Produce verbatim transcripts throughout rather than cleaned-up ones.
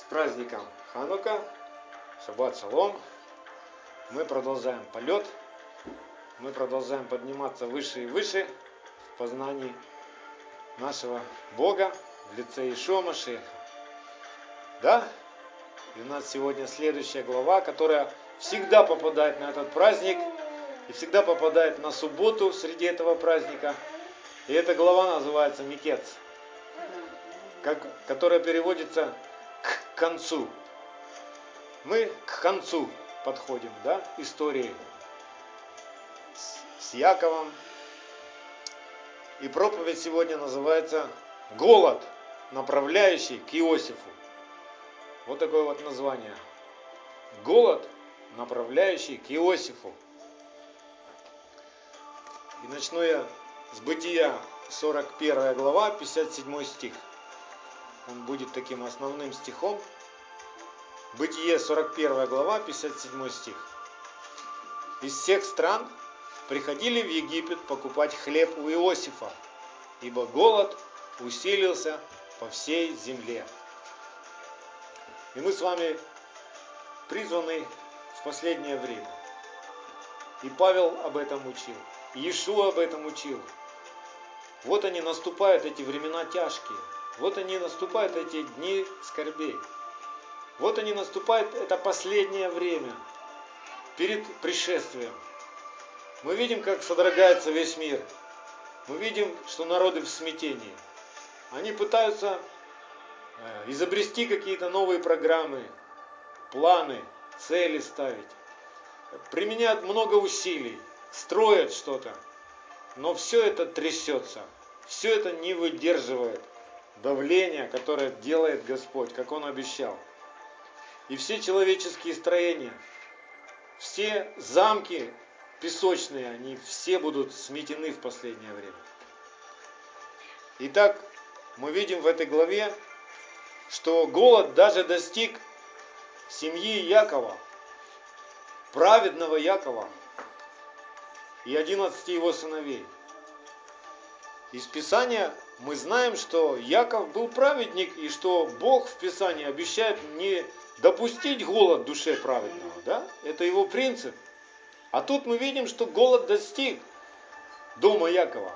праздником Ханука, Шаббат Шалом. Мы продолжаем полет, мы продолжаем подниматься выше и выше в познании нашего Бога в лице Иешуа Машиаха. Да? И у нас сегодня следующая глава, которая всегда попадает на этот праздник и всегда попадает на субботу среди этого праздника. И эта глава называется Микец, как, которая переводится к концу. Мы к концу подходим, да, истории с, с Яковом. И проповедь сегодня называется «Голод, направляющий к Иосифу». Вот такое вот название. Голод, направляющий к Иосифу. И начну я с Бытия, сорок первая глава, пятьдесят седьмой стих. Он будет таким основным стихом. Бытие, сорок первая глава, пятьдесят седьмой стих. Из всех стран приходили в Египет покупать хлеб у Иосифа, ибо голод усилился по всей земле. И мы с вами призваны в последнее время. И Павел об этом учил, и Иешуа об этом учил. Вот они наступают, эти времена тяжкие. Вот они наступают, эти дни скорбей. Вот они наступают, это последнее время перед пришествием. Мы видим, как содрогается весь мир. Мы видим, что народы в смятении. Они пытаются изобрести какие-то новые программы, планы, цели ставить. Применяют много усилий, строят что-то. Но все это трясется. Все это не выдерживает давления, которое делает Господь, как Он обещал. И все человеческие строения, все замки песочные, они все будут сметены в последнее время. Итак, мы видим в этой главе, что голод даже достиг семьи Якова, праведного Якова и одиннадцати его сыновей. Из Писания мы знаем, что Яков был праведник, и что Бог в Писании обещает не допустить голод в душе праведного. Да? Это его принцип. А тут мы видим, что голод достиг дома Якова.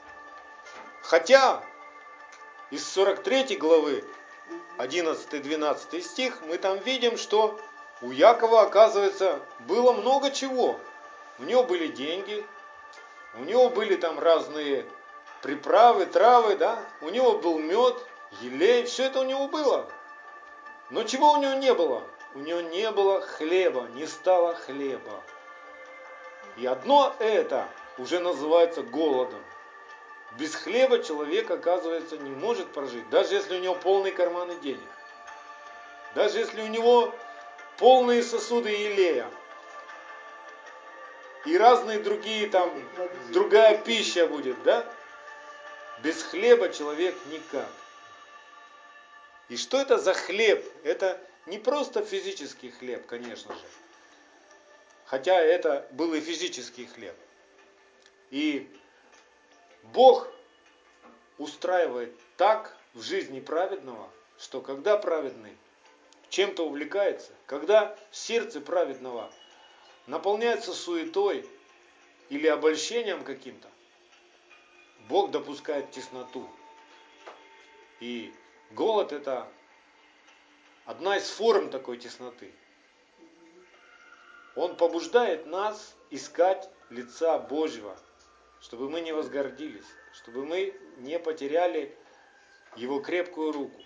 Хотя из сорок третьей главы, одиннадцатый-двенадцатый стих, мы там видим, что у Якова, оказывается, было много чего. У него были деньги, у него были там разные приправы, травы, да? У него был мед, елей, все это у него было. Но чего у него не было? У него не было хлеба, не стало хлеба. И одно это уже называется голодом. Без хлеба человек, оказывается, не может прожить, даже если у него полные карманы денег. Даже если у него полные сосуды елея. И разные другие там, другая пища будет, да? Без хлеба человек никак. И что это за хлеб? Это не просто физический хлеб, конечно же. Хотя это был и физический хлеб. И Бог устраивает так в жизни праведного, что когда праведный чем-то увлекается, когда сердце праведного наполняется суетой или обольщением каким-то, Бог допускает тесноту. И голод — это одна из форм такой тесноты. Он побуждает нас искать лица Божьего, чтобы мы не возгордились, чтобы мы не потеряли Его крепкую руку.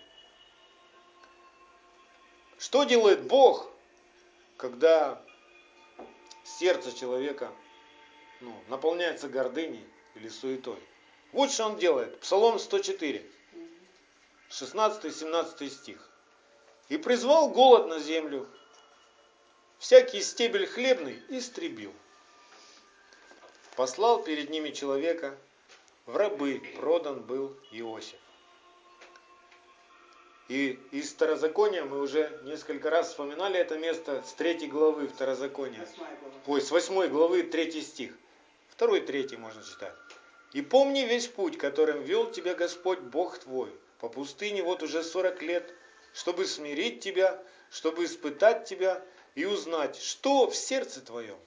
Что делает Бог, когда сердце человека ну, наполняется гордыней или суетой? Вот что Он делает. Псалом сто четыре, шестнадцатый-семнадцатый стих. «И призвал голод на землю, всякий стебель хлебный истребил. Послал перед ними человека, в рабы продан был Иосиф». И из Второзакония мы уже несколько раз вспоминали это место с третьей главы Второзакония. Ой, с восьмой главы третий стих. Второй, третий можно читать. «И помни весь путь, которым вел тебя Господь Бог твой, по пустыне вот уже сорок лет, чтобы смирить тебя, чтобы испытать тебя и узнать, что в сердце твоем.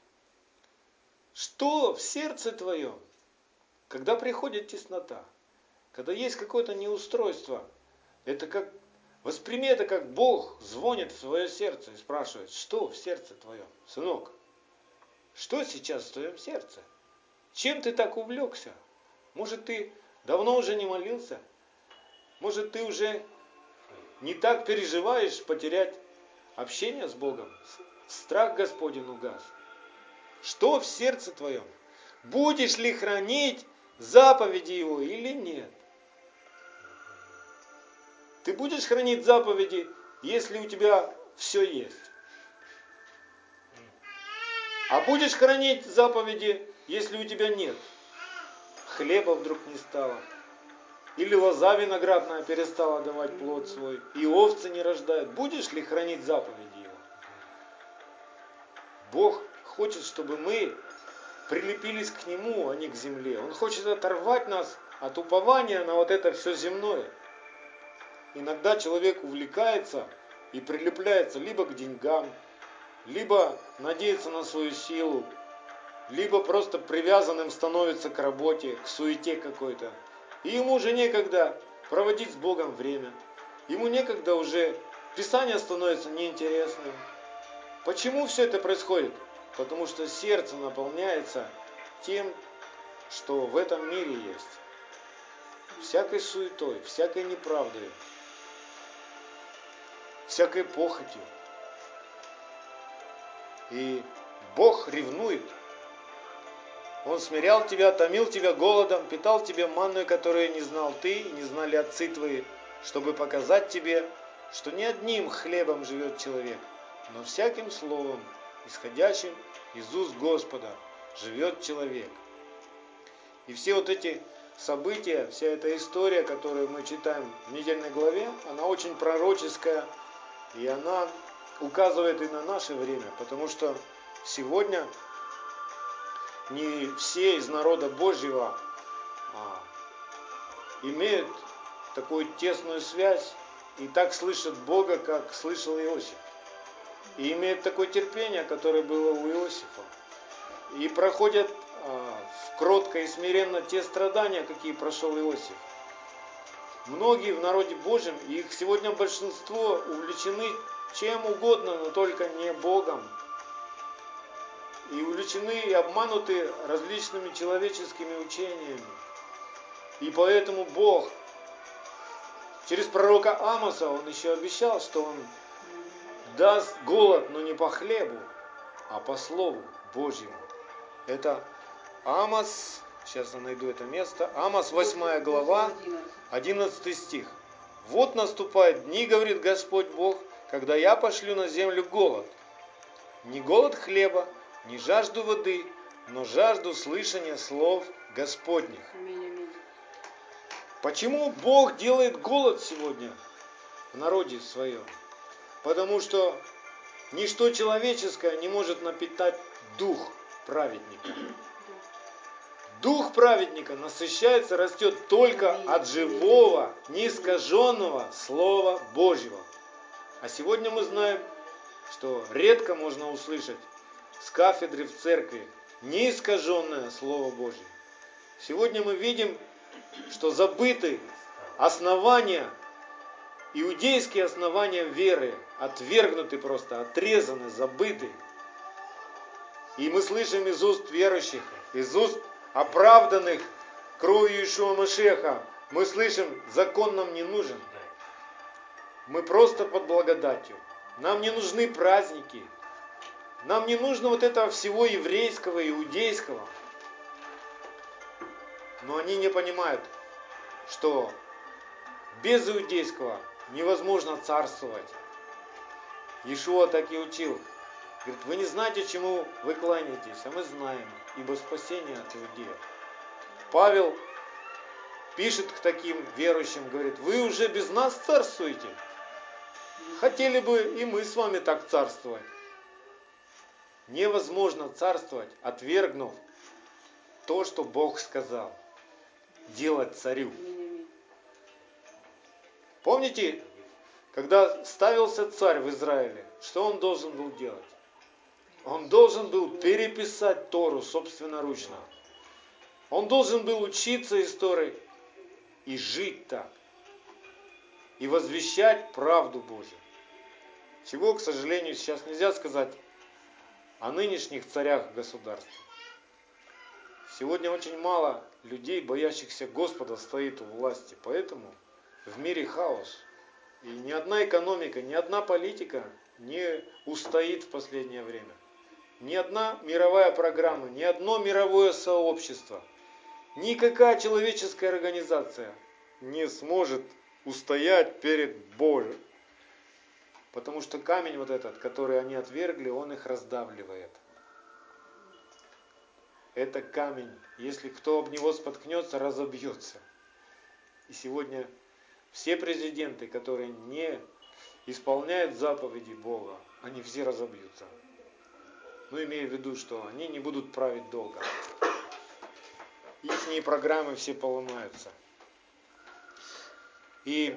Что в сердце твоем, когда приходит теснота, когда есть какое-то неустройство, это как, восприми это как Бог звонит в свое сердце и спрашивает, что в сердце твоем, сынок, что сейчас в твоем сердце? Чем ты так увлекся? Может, ты давно уже не молился? Может, ты уже не так переживаешь потерять общение с Богом? Страх Господень угас. Что в сердце твоем? Будешь ли хранить заповеди Его или нет? Ты будешь хранить заповеди, если у тебя все есть? А будешь хранить заповеди, если у тебя нет? Хлеба вдруг не стало. Или лоза виноградная перестала давать плод свой. И овцы не рождают. Будешь ли хранить заповеди Его? Бог хочет, чтобы мы прилепились к Нему, а не к земле. Он хочет оторвать нас от упования на вот это все земное. Иногда человек увлекается и прилепляется либо к деньгам, либо надеется на свою силу, либо просто привязанным становится к работе, к суете какой-то. И ему уже некогда проводить с Богом время. Ему некогда уже Писание становится неинтересным. Почему все это происходит? Потому что сердце наполняется тем, что в этом мире есть. Всякой суетой, всякой неправдой, всякой похотью. И Бог ревнует. Он смирял тебя, томил тебя голодом, питал тебя манной, которую не знал ты, не знали отцы твои, чтобы показать тебе, что не одним хлебом живет человек, но всяким словом, исходящим из уст Господа, живет человек. И все вот эти события, вся эта история, которую мы читаем в недельной главе, она очень пророческая, и она указывает и на наше время, потому что сегодня не все из народа Божьего а, имеют такую тесную связь и так слышат Бога, как слышал Иосиф. И имеют такое терпение, которое было у Иосифа. И проходят а, кротко и смиренно те страдания, какие прошел Иосиф. Многие в народе Божьем, и их сегодня большинство увлечены чем угодно, но только не Богом. И увлечены и обмануты различными человеческими учениями. И поэтому Бог через пророка Амоса, он еще обещал, что он даст голод, но не по хлебу, а по слову Божьему. Это Амос, сейчас я найду это место, Амос восьмая глава, одиннадцатый стих. «Вот наступают дни, говорит Господь Бог, когда я пошлю на землю голод. Не голод хлеба, не жажду воды, но жажду слышания слов Господних». Почему Бог делает голод сегодня в народе своем? Потому что ничто человеческое не может напитать дух праведника. Дух праведника насыщается, растет только от живого, неискаженного Слова Божьего. А сегодня мы знаем, что редко можно услышать с кафедры в церкви неискаженное Слово Божье. Сегодня мы видим, что забыты основания, иудейские основания веры, отвергнуты просто, отрезаны, забыты. И мы слышим из уст верующих, из уст оправданных кровью Иешуа Машеха, мы слышим, закон нам не нужен. Мы просто под благодатью. Нам не нужны праздники. Нам не нужно вот этого всего еврейского, иудейского. Но они не понимают, что без иудейского невозможно царствовать. Иешуа так и учил. Говорит, вы не знаете, чему вы кланяетесь, а мы знаем, ибо спасение от иудеев. Павел пишет к таким верующим, говорит, вы уже без нас царствуете. Хотели бы и мы с вами так царствовать. Невозможно царствовать, отвергнув то, что Бог сказал. Делать царю. Помните, когда ставился царь в Израиле, что он должен был делать? Он должен был переписать Тору собственноручно. Он должен был учиться истории и жить так. И возвещать правду Божию. Чего, к сожалению, сейчас нельзя сказать о нынешних царях государства. Сегодня очень мало людей, боящихся Господа, стоит у власти. Поэтому в мире хаос. И ни одна экономика, ни одна политика не устоит в последнее время. Ни одна мировая программа, ни одно мировое сообщество, никакая человеческая организация не сможет устоять перед Богом. Потому что камень вот этот, который они отвергли, он их раздавливает. Это камень, если кто об него споткнется, разобьется. И сегодня все президенты, которые не исполняют заповеди Бога, они все разобьются. Ну, имея в виду, что они не будут править долго. Ихние программы все поломаются. И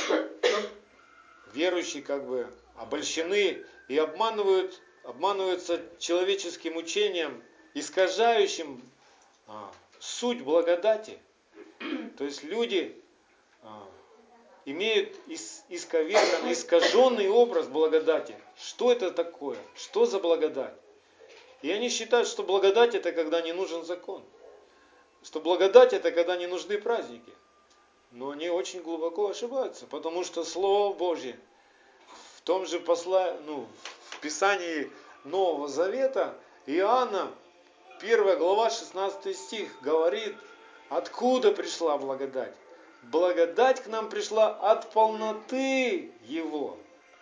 верующие как бы обольщены и обманывают, обманываются человеческим учением, искажающим а, суть благодати. То есть люди а, имеют ис, исковерканный, искаженный образ благодати. Что это такое? Что за благодать? И они считают, что благодать это когда не нужен закон. Что благодать это когда не нужны праздники. Но они очень глубоко ошибаются, потому что Слово Божье в том же посла, ну, в Писании Нового Завета Иоанна, первая глава, шестнадцатый стих, говорит, откуда пришла благодать. Благодать к нам пришла от полноты Его.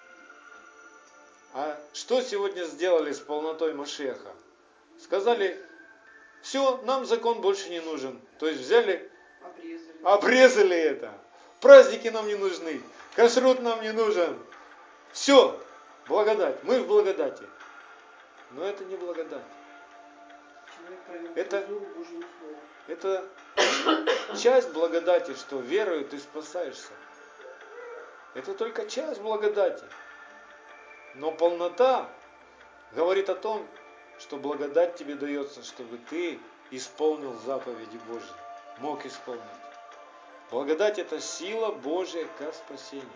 А что сегодня сделали с полнотой Машеха? Сказали, все, нам закон больше не нужен. То есть взяли, обрезали, обрезали это. Праздники нам не нужны, кашрут нам не нужен. Все, благодать, мы в благодати. Но это не благодать. Это, это часть благодати, что верою ты спасаешься. Это только часть благодати. Но полнота говорит о том, что благодать тебе дается, чтобы ты исполнил заповеди Божьи, мог исполнить. Благодать это сила Божия ко спасению.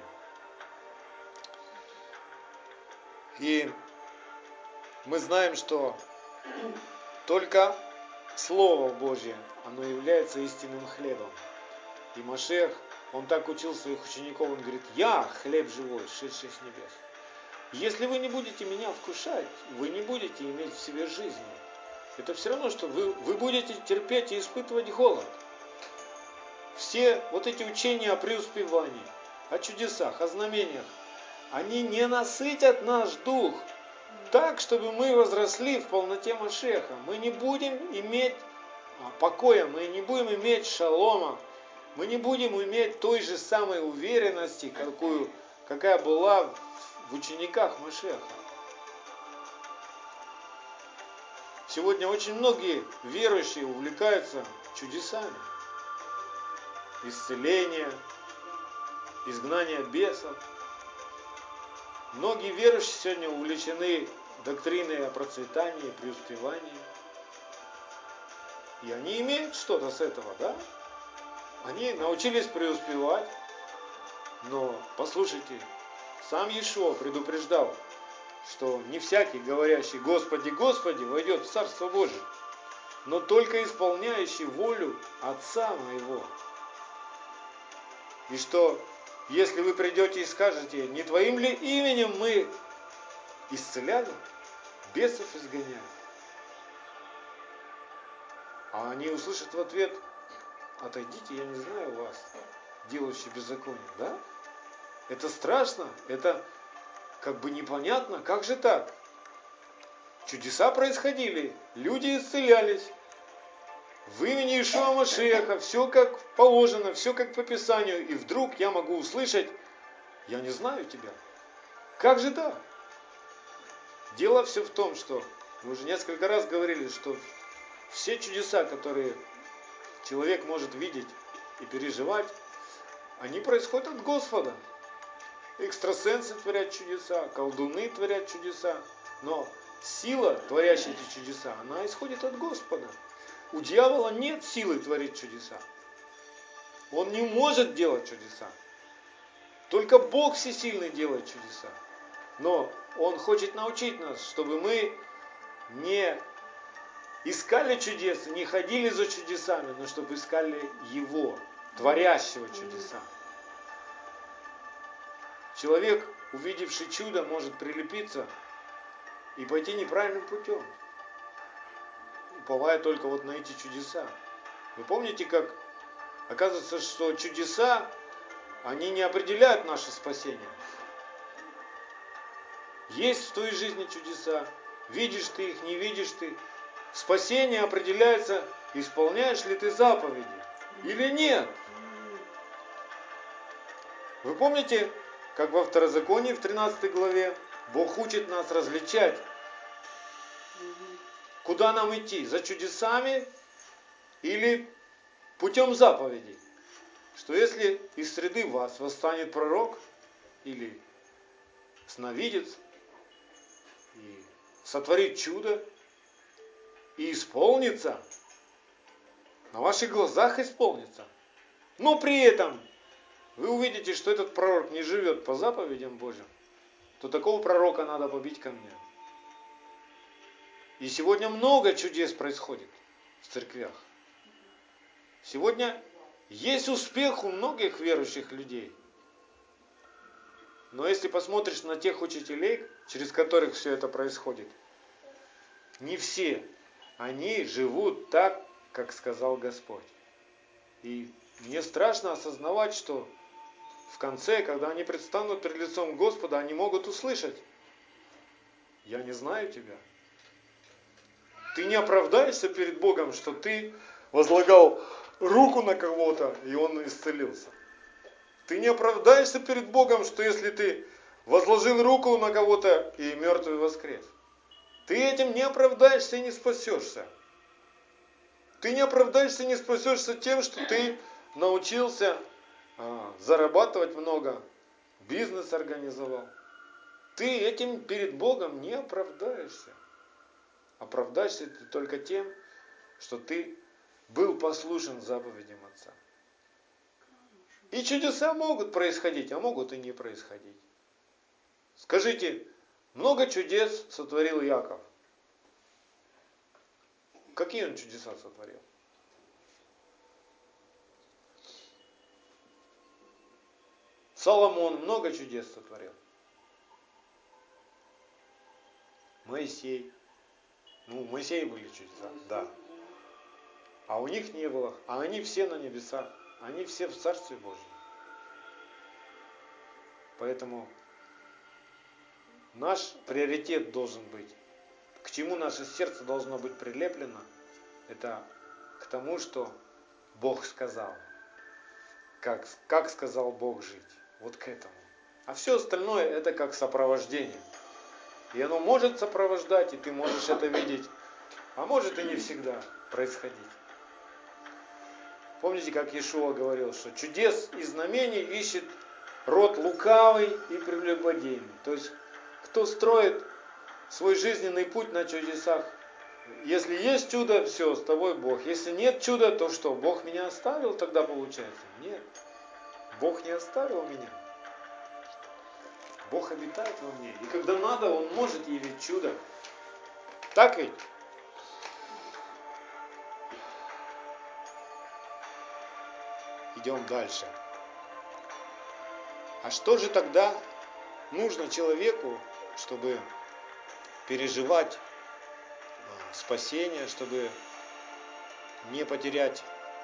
И мы знаем, что только Слово Божье, оно является истинным хлебом. И Машех, он так учил своих учеников, он говорит, я хлеб живой, шедший с небес. Если вы не будете меня вкушать, вы не будете иметь в себе жизни. Это все равно, что вы, вы будете терпеть и испытывать голод. Все вот эти учения о преуспевании, о чудесах, о знамениях, они не насытят наш дух так, чтобы мы возросли в полноте Машеха. Мы не будем иметь покоя, мы не будем иметь шалома, мы не будем иметь той же самой уверенности, какую, какая была в учениках Машеха. Сегодня очень многие верующие увлекаются чудесами. Исцеление, изгнание бесов. Многие верующие сегодня увлечены доктриной о процветании, преуспевании. И они имеют что-то с этого, да? Они научились преуспевать. Но, послушайте, сам Иешуа предупреждал, что не всякий, говорящий «Господи, Господи», войдет в Царство Божие, но только исполняющий волю Отца Моего. И что, если вы придете и скажете, не Твоим ли именем мы исцеляли, бесов изгоняли? А они услышат в ответ, отойдите, я не знаю вас, делающие беззаконие, да? Это страшно, это как бы непонятно, как же так? Чудеса происходили, люди исцелялись. В имени Иешуа Машеха, все как положено, все как по Писанию. И вдруг я могу услышать, я не знаю тебя. Как же так? Дело все в том, что мы уже несколько раз говорили, что все чудеса, которые человек может видеть и переживать, они происходят от Господа. экстрасенсы творят чудеса, колдуны творят чудеса. Но сила, творящая эти чудеса, она исходит от Господа. У дьявола нет силы творить чудеса. Он не может делать чудеса. Только Бог всесильный делает чудеса. Но Он хочет научить нас, чтобы мы не искали чудес, не ходили за чудесами, но чтобы искали Его, творящего чудеса. Человек, увидевший чудо, может прилепиться и пойти неправильным путем, уповая только вот на эти чудеса. Вы помните, как оказывается, что чудеса, они не определяют наше спасение. Есть в твоей жизни чудеса, видишь ты их, не видишь ты. Спасение определяется, исполняешь ли ты заповеди или нет. Вы помните, как во Второзаконии в тринадцатой главе Бог учит нас различать, куда нам идти, за чудесами или путем заповедей. Что если из среды вас восстанет пророк или сновидец и сотворит чудо и исполнится, на ваших глазах исполнится, но при этом вы увидите, что этот пророк не живет по заповедям Божьим, то такого пророка надо побить камнями. И сегодня много чудес происходит в церквях. Сегодня есть успех у многих верующих людей. Но если посмотришь на тех учителей, через которых все это происходит, не все они живут так, как сказал Господь. И мне страшно осознавать, что в конце, когда они предстанут перед лицом Господа, они могут услышать: я не знаю тебя. Ты не оправдаешься перед Богом, что ты возлагал руку на кого-то, и он исцелился. Ты не оправдаешься перед Богом, что если ты возложил руку на кого-то, и мертвый воскрес. Ты этим не оправдаешься и не спасешься. Ты не оправдаешься и не спасешься тем, что ты научился а, зарабатывать много, бизнес организовал. Ты этим перед Богом не оправдаешься. Оправдаешься ты только тем, что ты был послушен заповедям Отца. И чудеса могут происходить, а могут и не происходить. Скажите, много чудес сотворил Яков. Какие он чудеса сотворил? Соломон много чудес сотворил. Моисей. Ну, у Моисея были чудеса, да. А у них не было. А они все на небесах. Они все в Царстве Божьем. Поэтому наш приоритет должен быть, к чему наше сердце должно быть прилеплено, это к тому, что Бог сказал. Как, как сказал Бог жить. Вот к этому. А все остальное это как сопровождение. И оно может сопровождать, и ты можешь это видеть, а может и не всегда происходить. Помните, как Иешуа говорил, что чудес и знамений ищет род лукавый и прелюбодейный. То есть, кто строит свой жизненный путь на чудесах. Если есть чудо, все, с тобой Бог. Если нет чуда, то что? Бог меня оставил тогда получается? Нет. Бог не оставил меня. Бог обитает во мне. И когда надо, Он может явить чудо. Так ведь? Идем дальше. А что же тогда нужно человеку, чтобы переживать спасение, чтобы не потерять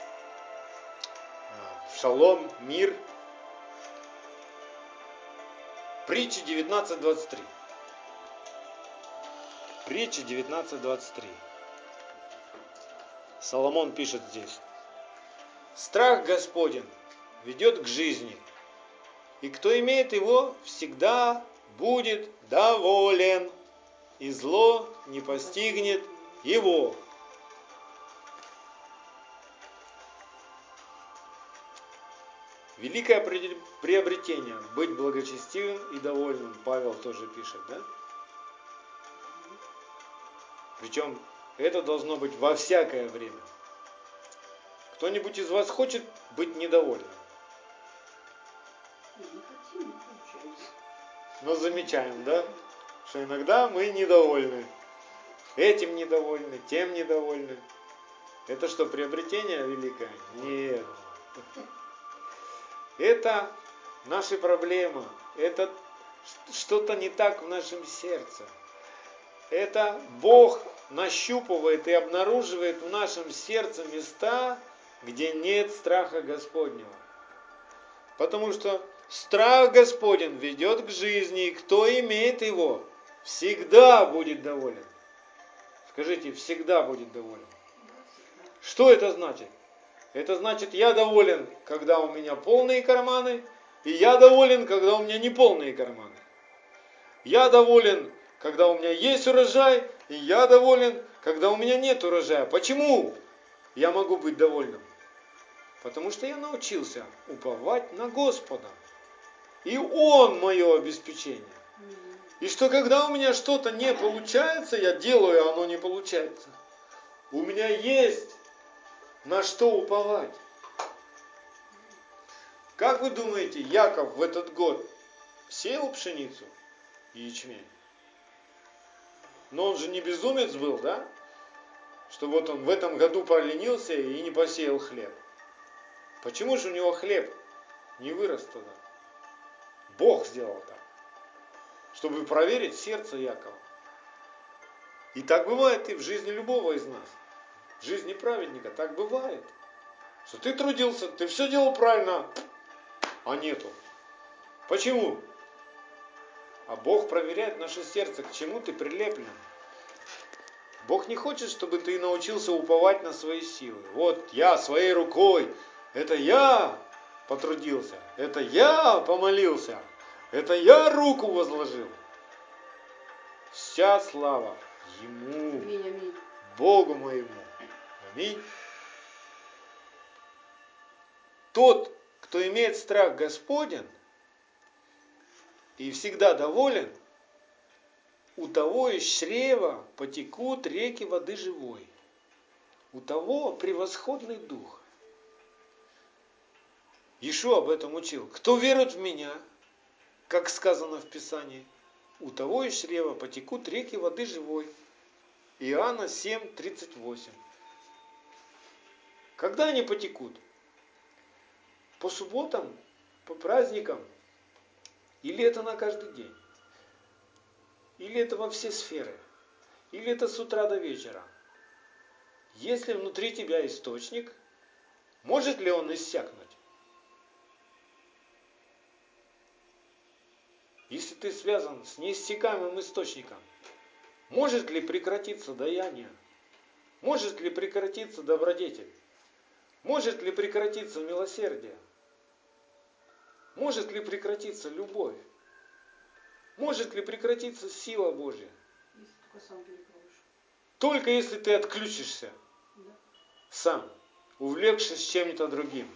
шалом, мир? Притча девятнадцать двадцать три. Притча девятнадцать двадцать три. Соломон пишет здесь: страх Господень ведет к жизни, и кто имеет его, всегда будет доволен, и зло не постигнет его. Великое приобретение приобретение. Быть благочестивым и довольным. Павел тоже пишет, да? Причем это должно быть во всякое время. Кто-нибудь из вас хочет быть недовольным? Но замечаем, да? Что иногда мы недовольны. Этим недовольны, тем недовольны. Это что, приобретение великое? Нет. Это наши проблемы. Это что-то не так в нашем сердце. Это Бог нащупывает и обнаруживает в нашем сердце места, где нет страха Господнего. Потому что страх Господень ведет к жизни, и кто имеет его, всегда будет доволен. Скажите, всегда будет доволен. Что это значит? Это значит, я доволен, когда у меня полные карманы, и я доволен, когда у меня не полные карманы. Я доволен, когда у меня есть урожай, и я доволен, когда у меня нет урожая. Почему я могу быть довольным? Потому что я научился уповать на Господа. И Он мое обеспечение. И что когда у меня что-то не получается, я делаю, а оно не получается. У меня есть на что уповать. Как вы думаете, Яков в этот год сеял пшеницу и ячмень? Но он же не безумец был, да? Что вот он в этом году проленился и не посеял хлеб. Почему же у него хлеб не вырос тогда? Бог сделал так, чтобы проверить сердце Якова. И так бывает и в жизни любого из нас. В жизни праведника так бывает. Что ты трудился, ты все делал правильно, а нету. Почему? А Бог проверяет наше сердце, к чему ты прилеплен. Бог не хочет, чтобы ты научился уповать на свои силы. Вот я своей рукой, это я потрудился, это я помолился, это я руку возложил. Вся слава Ему, Аминь, аминь. Богу моему. Аминь. Тот, кто имеет страх Господен и всегда доволен, у того из чрева потекут реки воды живой. У того превосходный дух. Иешуа об этом учил. Кто верует в меня, как сказано в Писании, у того из чрева потекут реки воды живой. Иоанна семь, тридцать восемь. Когда они потекут? По субботам, по праздникам? Или это на каждый день? Или это во все сферы? Или это с утра до вечера? Если внутри тебя источник, может ли он иссякнуть? Если ты связан с неиссякаемым источником, может ли прекратиться даяние? Может ли прекратиться добродетель? Может ли прекратиться милосердие? Может ли прекратиться любовь? Может ли прекратиться сила Божья? Если только сам перекроешь. Только если ты отключишься Да. сам, увлекшись чем-то другим.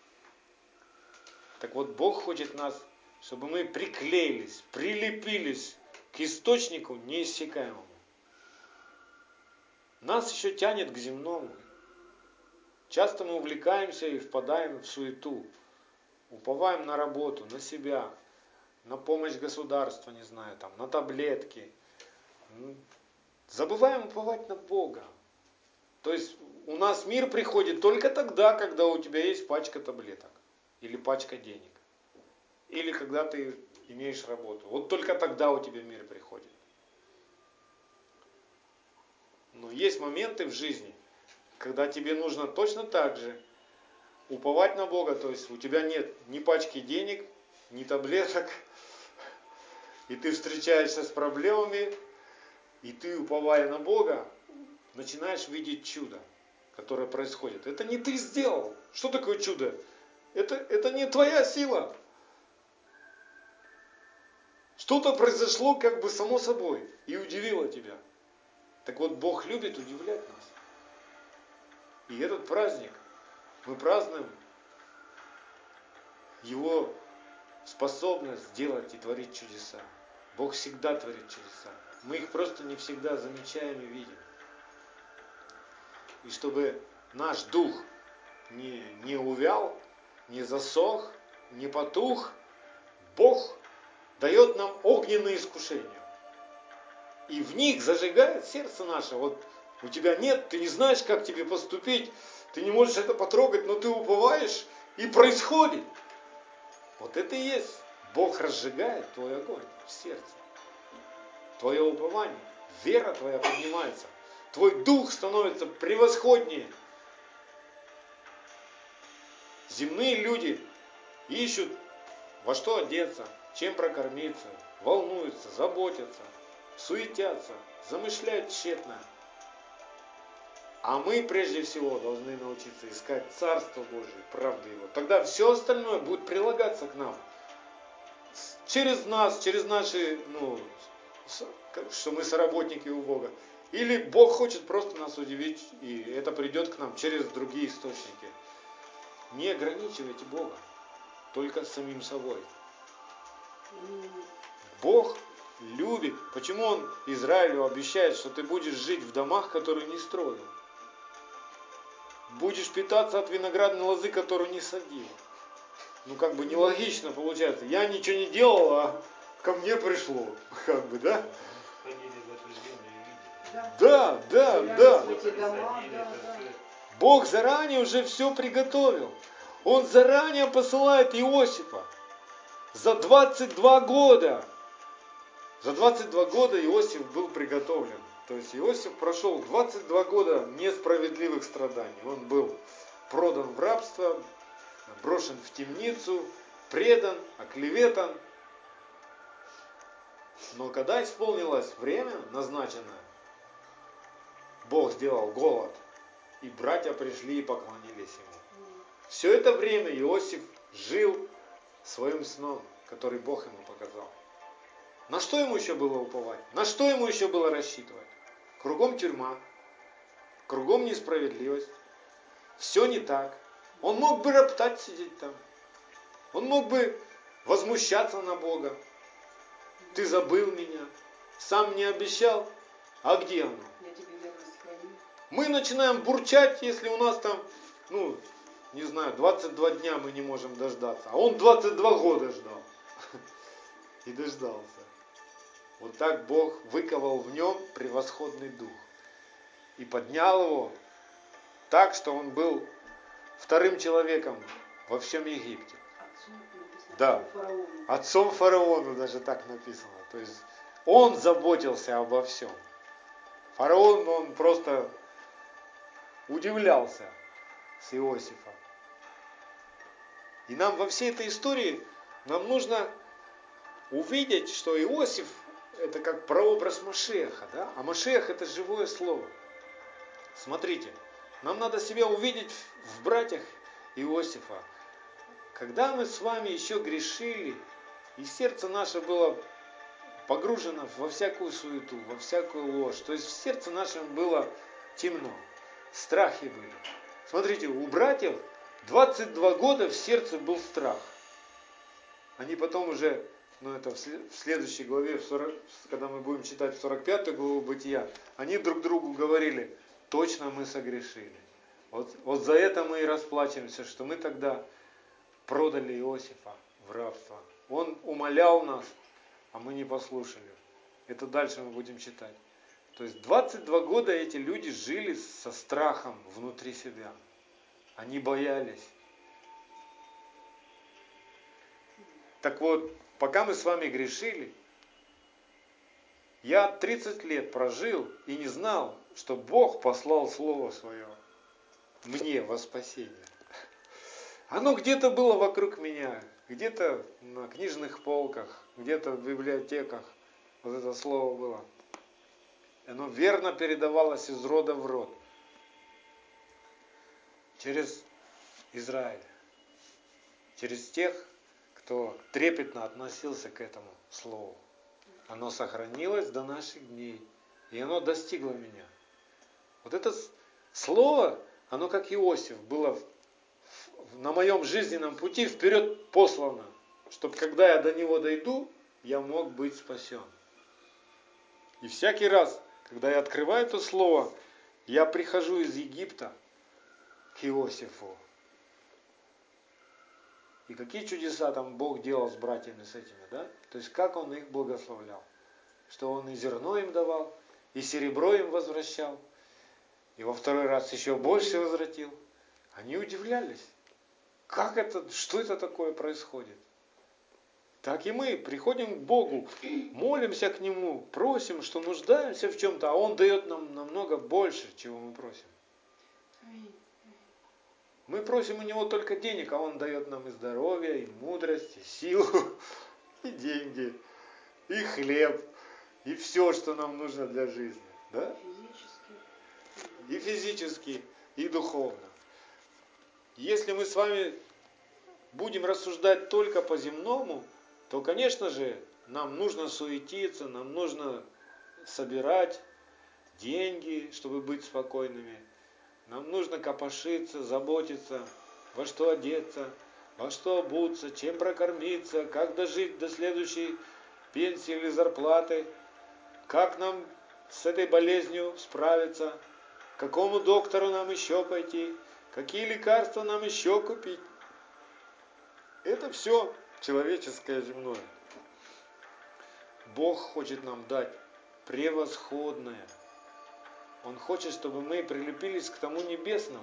Так вот, Бог хочет нас, чтобы мы приклеились, прилепились к источнику неиссякаемому. Нас еще тянет к земному. Часто мы увлекаемся и впадаем в суету. Уповаем на работу, на себя, на помощь государства, не знаю, там, на таблетки. Забываем уповать на Бога. То есть у нас мир приходит только тогда, когда у тебя есть пачка таблеток. Или пачка денег. Или когда ты имеешь работу. Вот только тогда у тебя мир приходит. Но есть моменты в жизни, когда тебе нужно точно так же уповать на Бога. То есть у тебя нет ни пачки денег, ни таблеток. И ты встречаешься с проблемами. И ты, уповая на Бога, начинаешь видеть чудо, которое происходит. Это не ты сделал. Что такое чудо? Это, это не твоя сила. Что-то произошло как бы само собой и удивило тебя. Так вот, Бог любит удивлять нас. И этот праздник мы празднуем Его способность сделать и творить чудеса. Бог всегда творит чудеса. Мы их просто не всегда замечаем и видим. И чтобы наш дух не, не увял, не засох, не потух, Бог дает нам огненные искушения. И в них зажигает сердце наше. Вот у тебя нет, ты не знаешь, как тебе поступить, ты не можешь это потрогать, но ты уповаешь, и происходит. Вот это и есть. Бог разжигает твой огонь в сердце. Твое упование, вера твоя поднимается. Твой дух становится превосходнее. Земные люди ищут, во что одеться, чем прокормиться, волнуются, заботятся, суетятся, замышляют тщетно. А мы прежде всего должны научиться искать Царство Божие, правду Его. Тогда все остальное будет прилагаться к нам. Через нас, через наши, ну, что мы соработники у Бога. Или Бог хочет просто нас удивить, и это придет к нам через другие источники. Не ограничивайте Бога, только самим собой. Бог любит. Почему Он Израилю обещает, что ты будешь жить в домах, которые не строил? Будешь питаться от виноградной лозы, которую не садил. Ну, как бы нелогично получается. Я ничего не делал, а ко мне пришло. Как бы, да? Да, да, да. Бог заранее уже все приготовил. Он заранее посылает Иосифа. За двадцать два года. За двадцать два года Иосиф был приготовлен. То есть Иосиф прошел двадцать два года несправедливых страданий. Он был продан в рабство, брошен в темницу, предан, оклеветан. Но когда исполнилось время назначенное, Бог сделал голод, и братья пришли и поклонились ему. Все это время Иосиф жил своим сном, который Бог ему показал. На что ему еще было уповать? На что ему еще было рассчитывать? Кругом тюрьма, кругом несправедливость, все не так. Он мог бы роптать, сидеть там. Он мог бы возмущаться на Бога. Ты забыл меня, сам не обещал, а где оно? Мы начинаем бурчать, если у нас там, ну, не знаю, двадцать два дня мы не можем дождаться. А он двадцать два года ждал. И дождался. Вот так Бог выковал в нем превосходный дух. И поднял его так, что он был вторым человеком во всем Египте. Да, отцом фараону даже так написано. То есть он заботился обо всем. Фараон, он просто удивлялся с Иосифа. И нам во всей этой истории нам нужно увидеть, что Иосиф это как прообраз Машеха, да? А Машех это живое слово. Смотрите, нам надо себя увидеть в братьях Иосифа. Когда мы с вами еще грешили, и сердце наше было погружено во всякую суету, во всякую ложь, то есть в сердце нашем было темно, страхи были. Смотрите, у братьев двадцать два года в сердце был страх. Они потом уже, ну это в следующей главе, в сорок, когда мы будем читать сорок пятую главу Бытия, они друг другу говорили, точно мы согрешили. Вот, вот за это мы и расплачиваемся, что мы тогда продали Иосифа в рабство. Он умолял нас, а мы не послушали. Это дальше мы будем читать. То есть двадцать два года эти люди жили со страхом внутри себя. Они боялись. Так вот, пока мы с вами грешили, я тридцать лет прожил и не знал, что Бог послал Слово Свое мне во спасение. Оно где-то было вокруг меня, где-то на книжных полках, где-то в библиотеках. Вот это слово было. Оно верно передавалось из рода в род. Через Израиль. Через тех, кто трепетно относился к этому слову. Оно сохранилось до наших дней. И оно достигло меня. Вот это слово, оно как Иосиф, было на моем жизненном пути вперед послано. чтобы когда я до него дойду, я мог быть спасен. И всякий раз, когда я открываю это слово, я прихожу из Египта к Иосифу. И какие чудеса там Бог делал с братьями с этими, да? То есть как Он их благословлял. Что Он и зерно им давал, и серебро им возвращал, и во второй раз еще больше возвратил. Они удивлялись. Как это, что это такое происходит? Так и мы приходим к Богу, молимся к Нему, просим, что нуждаемся в чем-то, а Он дает нам намного больше, чего мы просим. Мы просим у Него только денег, а Он дает нам и здоровье, и мудрость, и силу, и деньги, и хлеб, и все, что нам нужно для жизни. Да? Физически. И физически, и духовно. Если мы с вами будем рассуждать только по земному, то, конечно же, нам нужно суетиться, нам нужно собирать деньги, чтобы быть спокойными. Нам нужно копошиться, заботиться, во что одеться, во что обуться, чем прокормиться, как дожить до следующей пенсии или зарплаты, как нам с этой болезнью справиться, к какому доктору нам еще пойти, какие лекарства нам еще купить. Это все человеческое земное. Бог хочет нам дать превосходное. Он хочет, чтобы мы прилепились к тому небесному,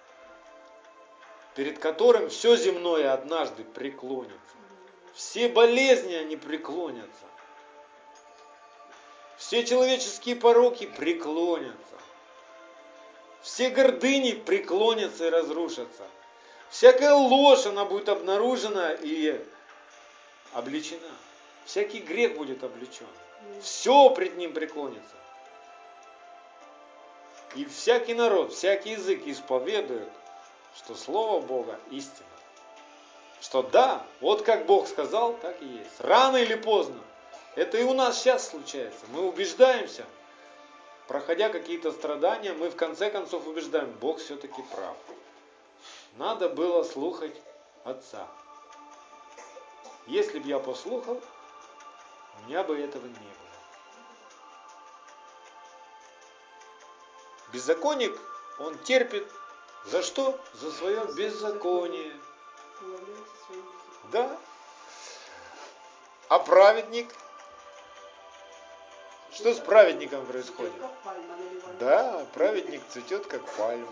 перед которым все земное однажды преклонится. Все болезни, они преклонятся. Все человеческие пороки преклонятся. Все гордыни преклонятся и разрушатся. Всякая ложь, она будет обнаружена и обличена. Всякий грех будет обличен. Все пред ним преклонится. И всякий народ, всякий язык исповедует, что Слово Бога истина. Что да, вот как Бог сказал, так и есть. Рано или поздно. Это и у нас сейчас случается. Мы убеждаемся. Проходя какие-то страдания, мы в конце концов убеждаем, Бог все-таки прав. Надо было слухать Отца. Если бы я послухал, у меня бы этого не было. Беззаконник, он терпит за что? За свое беззаконие. Да. А праведник? Что с праведником происходит? Да, праведник цветет, как пальма.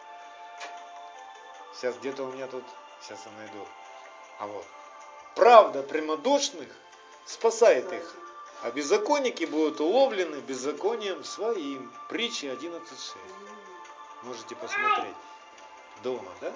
Сейчас где-то у меня тут, сейчас я найду. А вот. Правда прямодушных спасает их, а беззаконники будут уловлены беззаконием своим. Притча одиннадцать шесть. Можете посмотреть. Дома, да?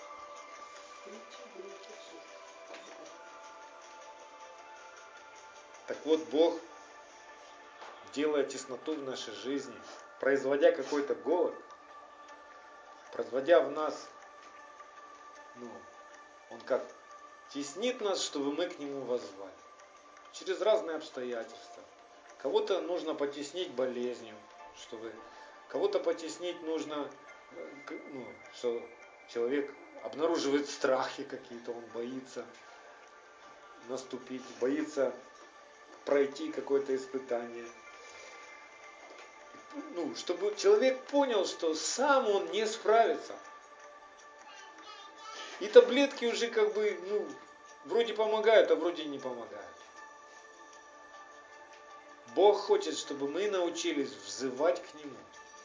Так вот, Бог, делая тесноту в нашей жизни, производя какой-то голод, производя в нас, ну, Он как теснит нас, чтобы мы к Нему воззвали. Через разные обстоятельства. Кого-то нужно потеснить болезнью, чтобы кого-то потеснить нужно, ну, что человек обнаруживает страхи какие-то, он боится наступить, боится пройти какое-то испытание. Ну, чтобы человек понял, что сам он не справится. И таблетки уже как бы, ну, вроде помогают, а вроде не помогают. Бог хочет, чтобы мы научились взывать к Нему.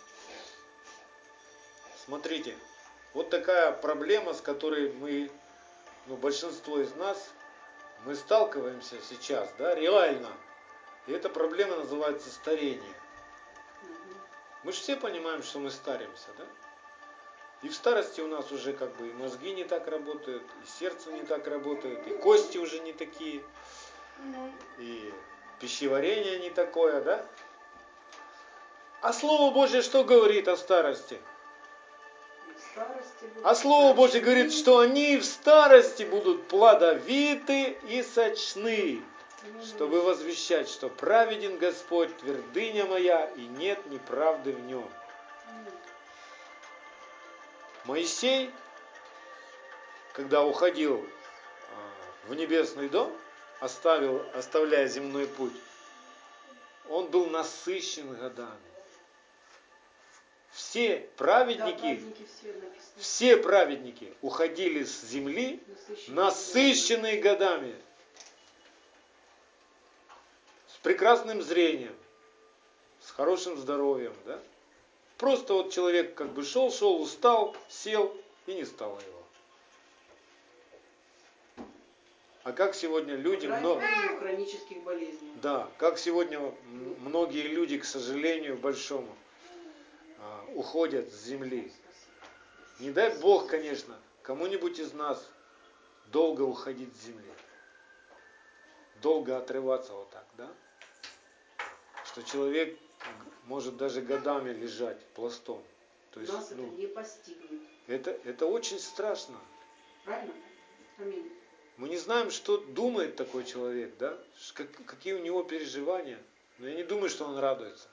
Смотрите, вот такая проблема, с которой мы, ну, большинство из нас, мы сталкиваемся сейчас, да, реально. И эта проблема называется старение. Мы же все понимаем, что мы старимся, да? И в старости у нас уже как бы и мозги не так работают, и сердце не так работает, и кости уже не такие, и пищеварение не такое, да? А Слово Божье что говорит о старости? А Слово Божье говорит, что они в старости будут плодовиты и сочны, чтобы возвещать, что праведен Господь, твердыня моя, и нет неправды в нем. Моисей, когда уходил в небесный дом, оставил, оставляя земной путь, он был насыщен годами. Все праведники, Да, праведники все написано. все праведники уходили с земли Насыщенные насыщенные годами, с прекрасным зрением, с хорошим здоровьем, да? Просто вот человек как бы шел, шел, устал, сел и не стало его. А как сегодня люди много... хронических болезней. Да, как сегодня м- многие люди, к сожалению, большому, а, уходят с земли. Не дай Бог, конечно, кому-нибудь из нас долго уходить с земли. Долго отрываться вот так, да? Что человек может даже годами лежать пластом. То есть, Нас ну, это не постигнет. это, это очень страшно. Правильно? Аминь. Мы не знаем, что думает такой человек, да? Как, какие у него переживания. Но я не думаю, что он радуется.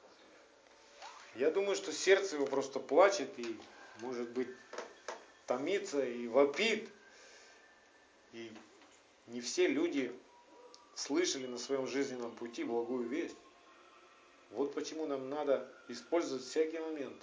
Я думаю, что сердце его просто плачет и, может быть, томится и вопит. И не все люди слышали на своем жизненном пути благую весть. Вот почему нам надо использовать всякий момент,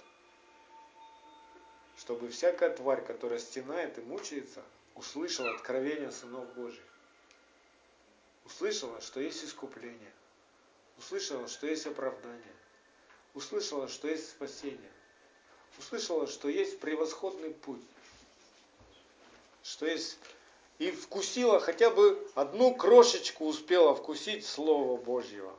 чтобы всякая тварь, которая стенает и мучается, услышала откровение сынов Божьих. Услышала, что есть искупление. Услышала, что есть оправдание. Услышала, что есть спасение. Услышала, что есть превосходный путь. Что есть... И вкусила хотя бы одну крошечку, успела вкусить Слова Божьего,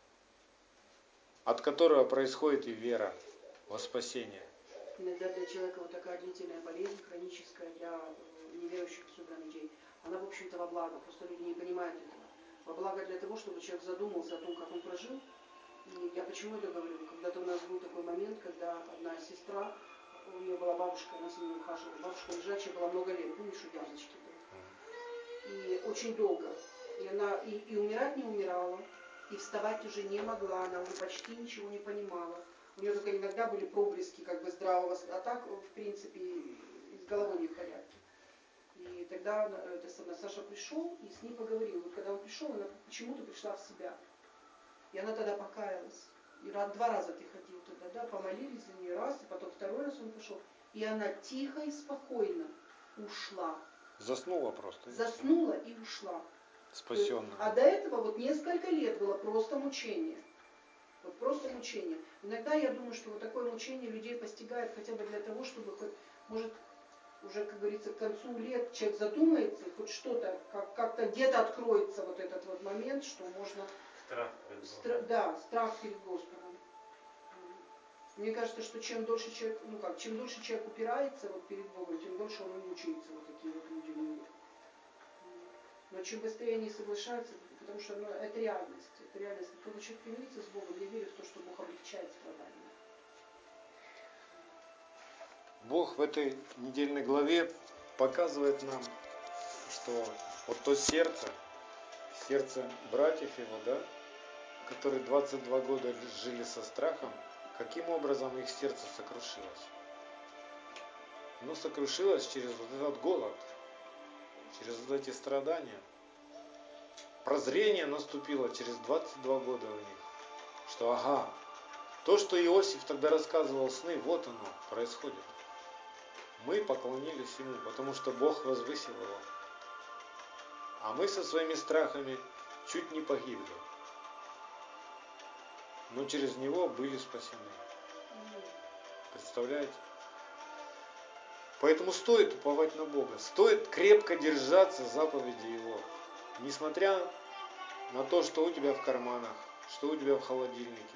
от которого происходит и вера во спасение. Иногда для человека вот такая длительная болезнь, хроническая, для э, неверующих особенно людей, она, в общем-то, во благо. Просто люди не понимают этого. Во благо для того, чтобы человек задумался о том, как он прожил. И я почему это говорю? Когда-то у нас был такой момент, когда одна сестра, у нее была бабушка, она с ней ухаживала. Бабушка лежачая была много лет, помнишь, у язвочки была. И очень долго. И она и, и умирать не умирала, и вставать уже не могла, она уже почти ничего не понимала. У нее только иногда были проблески как бы здравого, а так, в принципе, и с головой не в порядке. И тогда это самое, Саша пришел и с ней поговорил. Вот когда он пришел, она почему-то пришла в себя. И она тогда покаялась. И два раза ты ходил туда, да, помолились за нее раз, и потом второй раз он пошел. И она тихо и спокойно ушла. Заснула просто. Заснула и ушла. Спасенная. А до этого вот несколько лет было просто мучение. Вот просто мучение. Иногда я думаю, что вот такое мучение людей постигает хотя бы для того, чтобы хоть, может, уже, как говорится, к концу лет человек задумается, и хоть что-то, как, как-то где-то откроется вот этот вот момент, что можно... Страх перед Стра- да, страх перед Господом. Мне кажется, что чем дольше человек, ну как, чем дольше человек упирается вот перед Богом, тем дольше он и мучается, вот такие вот люди мирят. Но чем быстрее они соглашаются, потому что ну, это реальность. Это реальность. Когда человек примирится с Богом, я верю в то, что Бог облегчает страдания. Бог в этой недельной главе показывает нам, что вот то сердце, сердце братьев его, да, которые двадцать два года жили со страхом, каким образом их сердце сокрушилось. Оно сокрушилось через вот этот голод, через вот эти страдания. Прозрение наступило через двадцать два года у них, что ага, то, что Иосиф тогда рассказывал сны, вот оно происходит. Мы поклонились ему, потому что Бог возвысил его. А мы со своими страхами чуть не погибли. Но через него были спасены. Представляете? Поэтому стоит уповать на Бога. Стоит крепко держаться заповеди Его. Несмотря на то, что у тебя в карманах, что у тебя в холодильнике.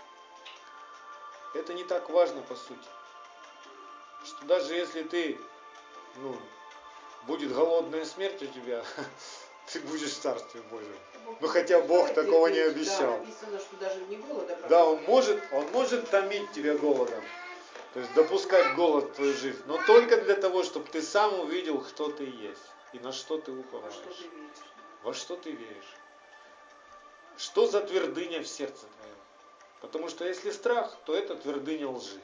Это не так важно по сути. Что даже если ты, ну, будет голодная смерть у тебя, ты будешь в Царстве Божьем. Ну хотя Бог такого не обещал. Да, написано, что даже не голода. Да, Он может, Он может томить тебя голодом. То есть допускать голод в твою жизнь. Но только для того, чтобы ты сам увидел, кто ты есть. И на что ты уповаешь. Во что ты веришь. Во что ты веришь. Что за твердыня в сердце твоем. Потому что если страх, то это твердыня лжи.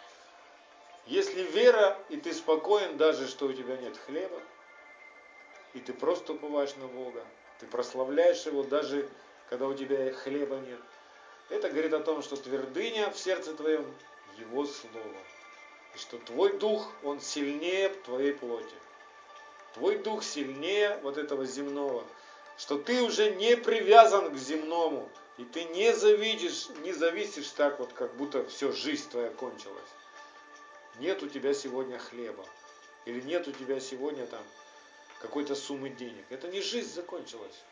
Если вера, и ты спокоен, даже что у тебя нет хлеба, и ты просто уповаешь на Бога. Ты прославляешь Его, даже когда у тебя хлеба нет. Это говорит о том, что твердыня в сердце твоем – Его Слово. И что твой дух, он сильнее твоей плоти. Твой дух сильнее вот этого земного. Что ты уже не привязан к земному. И ты не зависишь, не зависишь так вот, как будто все, жизнь твоя кончилась. Нет у тебя сегодня хлеба. Или нет у тебя сегодня там какой-то суммы денег. Это не жизнь закончилась.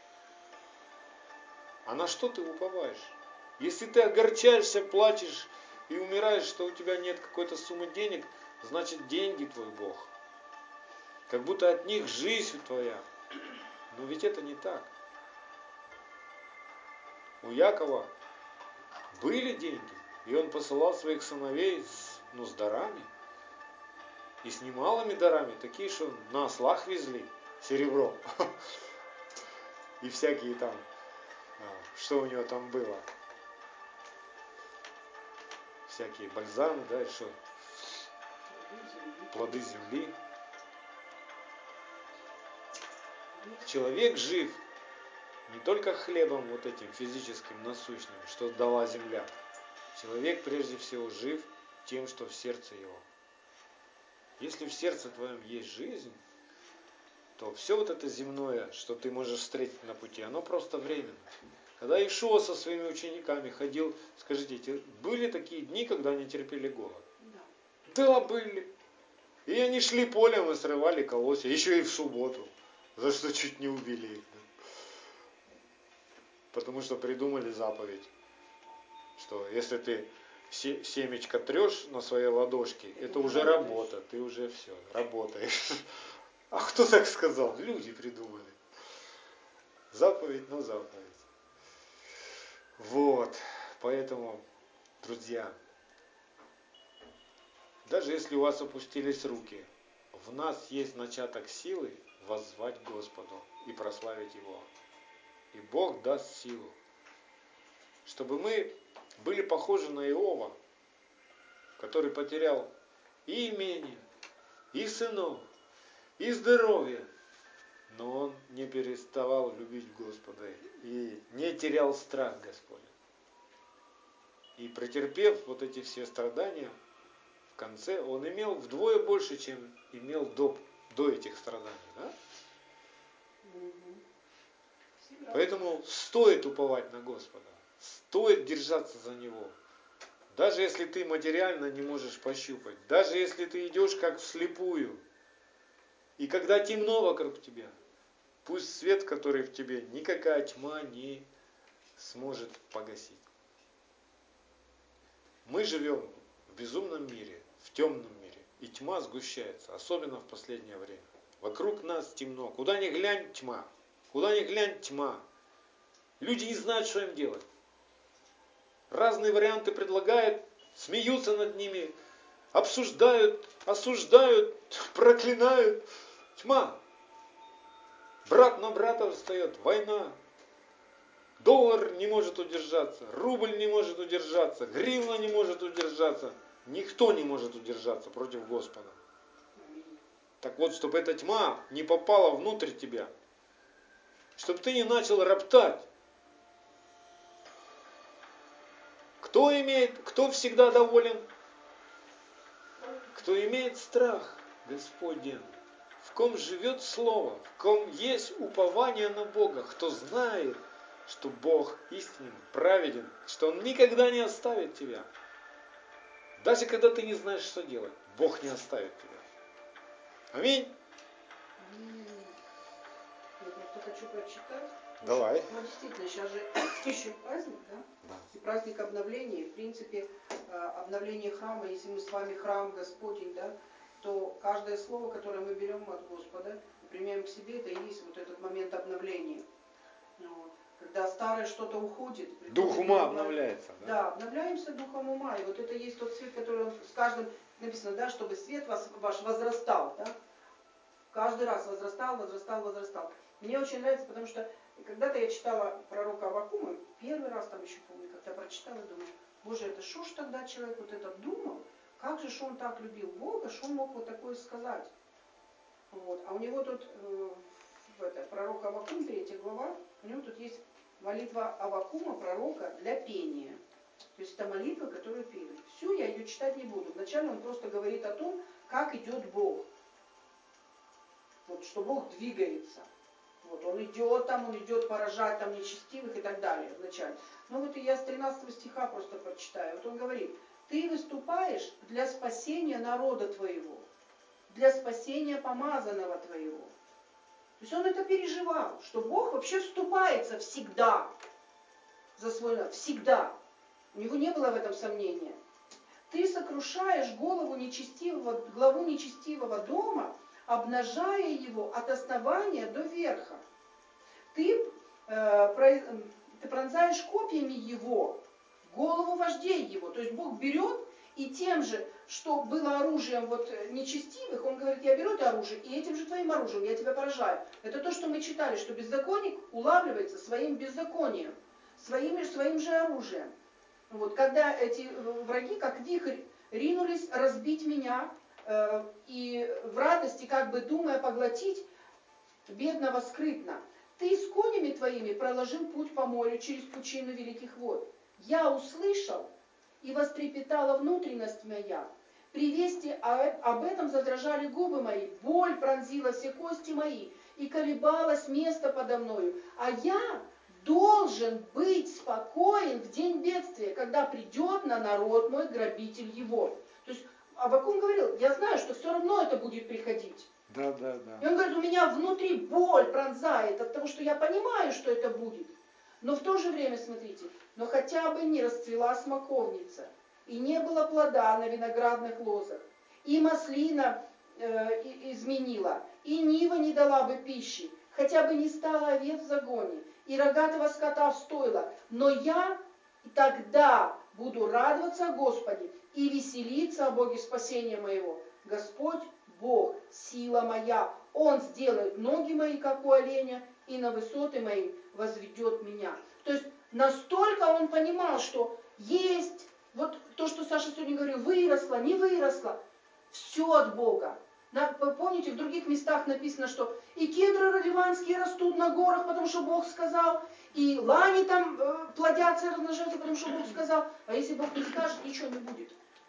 А на что ты уповаешь? Если ты огорчаешься, плачешь и умираешь, что у тебя нет какой-то суммы денег, значит деньги твой Бог. Как будто от них жизнь твоя. Но ведь это не так. У Якова были деньги, и он посылал своих сыновей с, ну, с дарами. И с немалыми дарами, такие, что на ослах везли серебро. И всякие там, что у него там было. Всякие бальзамы, да, и что? Плоды земли. Человек жив не только хлебом вот этим физическим, насущным, что дала земля. Человек прежде всего жив тем, что в сердце его. Если в сердце твоем есть жизнь, то все вот это земное, что ты можешь встретить на пути, оно просто временно. Когда Иешуа со своими учениками ходил, скажите, были такие дни, когда они терпели голод? Да. Да, были. И они шли полем и срывали колосья, еще и в субботу, за что чуть не убили их. Потому что придумали заповедь, что если ты семечко трешь на своей ладошке, это, это уже работа, ты уже все, работаешь. А кто так сказал? Люди придумали. Заповедь, но заповедь. Вот, поэтому, друзья, даже если у вас опустились руки, в нас есть начаток силы воззвать к Господу и прославить Его. И Бог даст силу, чтобы мы были похожи на Иова, который потерял и имение, и сынов, и здоровье, но он не переставал любить Господа и не терял страх Господень. И претерпев вот эти все страдания, в конце он имел вдвое больше, чем имел до, до этих страданий. Да? Поэтому стоит уповать на Господа, стоит держаться за Него. Даже если ты материально не можешь пощупать, даже если ты идешь как вслепую, и когда темно вокруг тебя, пусть свет, который в тебе, никакая тьма не сможет погасить. Мы живем в безумном мире, в темном мире, и тьма сгущается, особенно в последнее время. Вокруг нас темно, куда ни глянь тьма, куда ни глянь тьма. Люди не знают, что им делать. Разные варианты предлагают, смеются над ними, обсуждают, осуждают, проклинают. Тьма. Брат на брата встает, война. Доллар не может удержаться, рубль не может удержаться, гривна не может удержаться. Никто не может удержаться против Господа. Так вот, чтобы эта тьма не попала внутрь тебя, чтобы ты не начал роптать. Кто имеет, кто всегда доволен? Кто имеет страх Господень, в ком живет Слово, в ком есть упование на Бога, кто знает, что Бог истинен, праведен, что Он никогда не оставит тебя. Даже когда ты не знаешь, что делать, Бог не оставит тебя. Аминь. Я просто хочу прочитать. Давай. Ну, действительно, сейчас же еще праздник, да? Да. И праздник обновления. В принципе, обновление храма, если мы с вами храм Господень, да, то каждое слово, которое мы берем от Господа и применяем к себе, это и есть вот этот момент обновления. Вот. Когда старое что-то уходит. Дух ума обновляется. Да? Да, обновляемся духом ума. И вот это есть тот свет, который с каждым написано, да, чтобы свет вас, ваш возрастал, да? Каждый раз возрастал, возрастал, возрастал. Мне очень нравится, потому что когда-то я читала пророка Аввакума, первый раз там еще помню, когда прочитала, думаю, боже, это что ж тогда человек вот это думал, как же ж он так любил Бога, что он мог вот такое сказать. Вот. А у него тут, э, в это, пророк Аввакум, третья глава, у него тут есть молитва Аввакума, пророка, для пения. То есть это молитва, которую пели. Всю я ее читать не буду. Вначале он просто говорит о том, как идет Бог. Вот, что Бог двигается. Вот, он идет там, он идет поражать там нечестивых и так далее вначале. Ну вот и я с тринадцатого стиха просто прочитаю. Вот он говорит: ты выступаешь для спасения народа твоего, для спасения помазанного твоего. То есть он это переживал, что Бог вообще вступается всегда за свой народ, всегда. У него не было в этом сомнения. Ты сокрушаешь голову нечестивого, главу нечестивого дома, обнажая его от основания до верха. Ты, э, ты пронзаешь копьями его, голову вождей его. То есть Бог берет и тем же, что было оружием вот нечестивых, он говорит: я беру это оружие, и этим же твоим оружием я тебя поражаю. Это то, что мы читали, что беззаконник улавливается своим беззаконием, своим, своим же оружием. Вот, когда эти враги, как вихрь, ринулись разбить меня, э, и в радости, как бы думая поглотить бедного скрытно, ты с конями твоими проложил путь по морю через пучину великих вод. Я услышал, и вострепетала внутренность моя. При вести об этом задрожали губы мои, боль пронзила все кости мои, и колебалось место подо мною. А я должен быть спокоен в день бедствия, когда придет на народ мой грабитель его. То есть Аввакум говорил: я знаю, что все равно это будет приходить. Да, да, да. И он говорит: у меня внутри боль пронзает от того, что я понимаю, что это будет. Но в то же время, смотрите, но хотя бы не расцвела смоковница, и не было плода на виноградных лозах, и маслина э, изменила, и нива не дала бы пищи, хотя бы не стало овец в загоне, и рогатого скота в стойло, но я тогда буду радоваться о Господе и веселиться о Боге спасения моего. Господь Бог, сила моя, Он сделает ноги мои, как у оленя, и на высоты мои возведет меня. То есть настолько он понимал, что есть, вот то, что Саша сегодня говорил, выросло, не выросло, все от Бога. Помните, в других местах написано, что и кедры ливанские растут на горах, потому что Бог сказал, и лани там э, плодятся, размножаются, потому что Бог сказал. А если Бог не скажет, ничего не будет.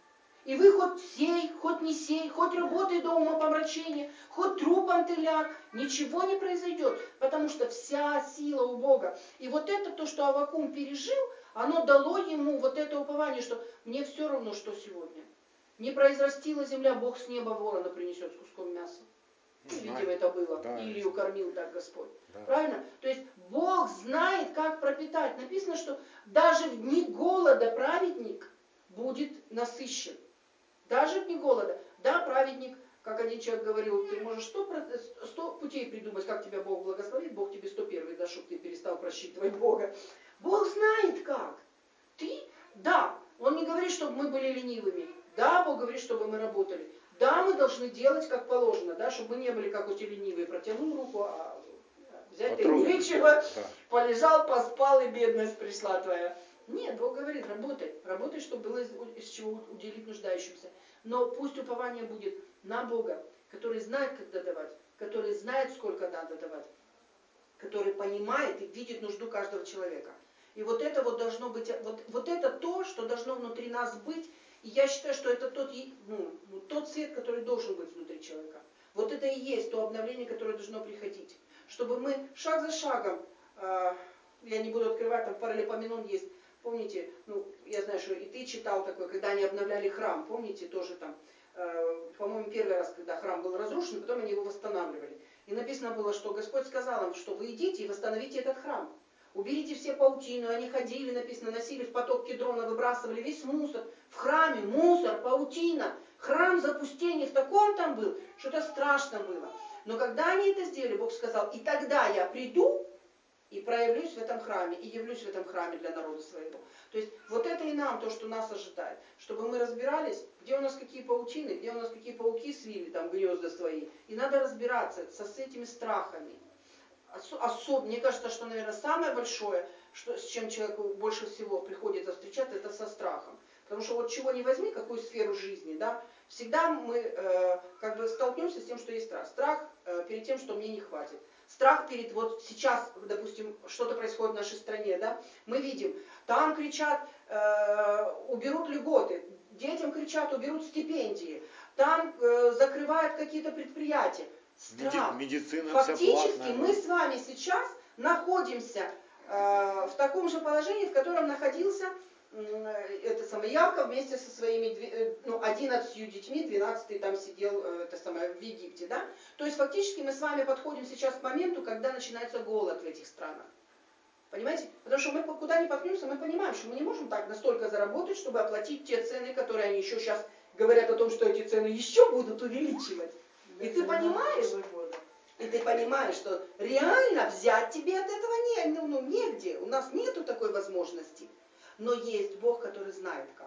И вы хоть сей, хоть не сей, хоть работай до умопомрачения, хоть трупом ты ляг, ничего не произойдет, потому что вся сила у Бога. И вот это то, что Аввакум пережил, оно дало ему вот это упование, что мне все равно, что сегодня. Не произрастила земля, Бог с неба ворона принесет с куском мяса. Ну, видимо, это было. Да, Илью кормил так Господь. Да. Правильно? То есть Бог знает, как пропитать. Написано, что даже в дни голода праведник будет насыщен. Даже в дни голода. Да, праведник, как один человек говорил, ты можешь сто, сто путей придумать, как тебя Бог благословит, Бог тебе сто первый даст, чтобы ты перестал просчитывать Бога. Бог знает как. Ты, да, Он не говорит, чтобы мы были ленивыми. Да, Бог говорит, чтобы мы работали. Да, мы должны делать как положено, да, чтобы мы не были как эти ленивые. Протянул руку, а взять-то и нечего. Да. Полежал, поспал, и бедность пришла твоя. Нет, Бог говорит, работай. Работай, чтобы было из, из чего уделить нуждающимся. Но пусть упование будет на Бога, который знает, когда давать, который знает, сколько надо давать, который понимает и видит нужду каждого человека. И вот это вот должно быть, вот, вот это то, что должно внутри нас быть. И я считаю, что это тот, ну, тот свет, который должен быть внутри человека. Вот это и есть то обновление, которое должно приходить. Чтобы мы шаг за шагом, э, я не буду открывать, там Паралипоменон есть, помните, ну, я знаю, что и ты читал такое, когда они обновляли храм, помните, тоже там, э, по-моему, первый раз, когда храм был разрушен, потом они его восстанавливали. И написано было, что Господь сказал им, что вы идите и восстановите этот храм. Уберите все паутину, они ходили, написано, носили в поток Кедрона, выбрасывали весь мусор. В храме мусор, паутина. Храм запустения в таком там был, что это страшно было. Но когда они это сделали, Бог сказал, и тогда я приду и проявлюсь в этом храме, и явлюсь в этом храме для народа своего. То есть вот это и нам то, что нас ожидает. Чтобы мы разбирались, где у нас какие паутины, где у нас какие пауки свили, там гнезда свои. И надо разбираться со, с этими страхами. Особ, мне кажется, что, наверное, самое большое, что, с чем человеку больше всего приходится встречаться, это со страхом. Потому что вот чего не возьми, какую сферу жизни, да, Всегда мы э, как бы столкнемся с тем, что есть страх. Страх э, перед тем, что мне не хватит. Страх перед, вот сейчас, допустим, что-то происходит в нашей стране, да, мы видим, там кричат, э, уберут льготы, детям кричат, уберут стипендии, там э, закрывают какие-то предприятия. Страх. Медицина Фактически вся платная. мы с вами сейчас находимся э, в таком же положении, в котором находился э, это самое Яков вместе со своими э, ну, одиннадцатью детьми, двенадцатый там сидел э, это самое, в Египте. Да? То есть фактически мы с вами подходим сейчас к моменту, когда начинается голод в этих странах. Понимаете? Потому что мы куда ни поткнемся, мы понимаем, что мы не можем так настолько заработать, чтобы оплатить те цены, которые они еще сейчас говорят о том, что эти цены еще будут увеличивать. И ты понимаешь, и ты понимаешь, что реально взять тебе от этого не, ну, ну, негде. У нас нету такой возможности. Но есть Бог, который знает как.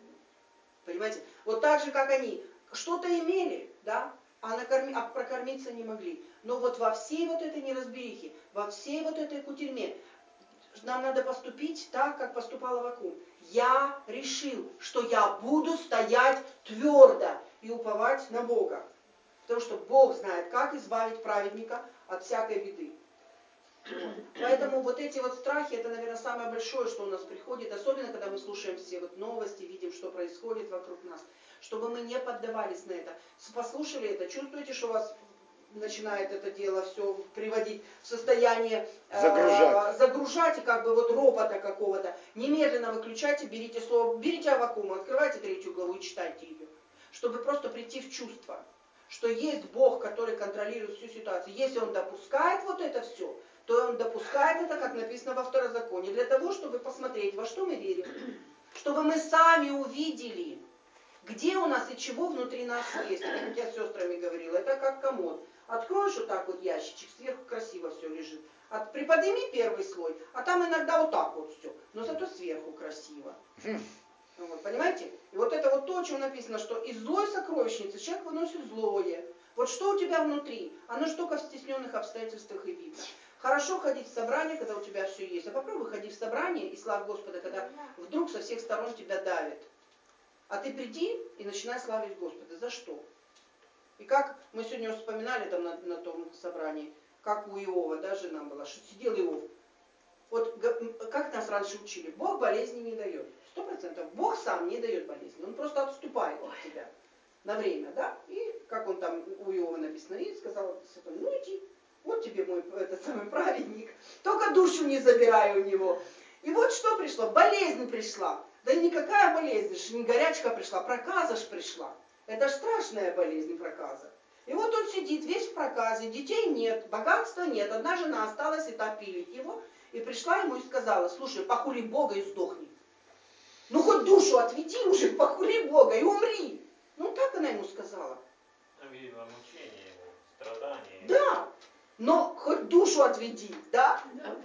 Понимаете? Вот так же, как они что-то имели, да, а, накорми, а прокормиться не могли. Но вот во всей вот этой неразберихе, во всей вот этой кутерьме, нам надо поступить так, как поступал Аввакум. Я решил, что я буду стоять твердо и уповать на Бога. Потому что Бог знает, как избавить праведника от всякой беды. Вот. Поэтому вот эти вот страхи, это, наверное, самое большое, что у нас приходит, особенно когда мы слушаем все вот новости, видим, что происходит вокруг нас, чтобы мы не поддавались на это. Послушали это, чувствуете, что вас начинает это дело все приводить в состояние загружать, э, загружать и как бы вот робота какого-то. Немедленно выключайте, берите слово, берите Аввакум, открывайте третью главу и читайте ее, чтобы просто прийти в чувство, что есть Бог, который контролирует всю ситуацию. Если Он допускает вот это все, то Он допускает это, как написано во Второзаконии, для того, чтобы посмотреть, во что мы верим, чтобы мы сами увидели, где у нас и чего внутри нас есть. Как я с сестрами говорила, это как комод. Откроешь вот так вот ящичек, сверху красиво все лежит. От, приподними первый слой, а там иногда вот так вот все, но зато сверху красиво. Вот, понимаете? И вот это вот то, о чем написано, что из злой сокровищницы человек выносит злое. Вот что у тебя внутри, оно же только в стесненных обстоятельствах и видно. Хорошо ходить в собрание, когда у тебя все есть. А попробуй ходить в собрание и славь Господа, когда вдруг со всех сторон тебя давит. А ты приди и начинай славить Господа. За что? И как мы сегодня вспоминали там на, на том собрании, как у Иова, да, жена была, что сидел Иов. Вот как нас раньше учили, Бог болезни не дает. Сто процентов. Бог сам не дает болезни. Он просто отступает от тебя на время, да? И как он там у Иова написано, и сказал Сатане, ну иди, вот тебе мой этот самый праведник, только душу не забирай у него. И вот что пришло, болезнь пришла. Да и никакая болезнь, не горячка пришла, проказа ж пришла. Это ж страшная болезнь, проказа. И вот он сидит весь в проказе, детей нет, богатства нет, одна жена осталась и та пилит его. И пришла ему и сказала, слушай, похули Бога и сдохни. Ну хоть душу отведи уже, похули Бога и умри. Ну так она ему сказала. Видно мучение, страдания. Да, но хоть душу отведи, да?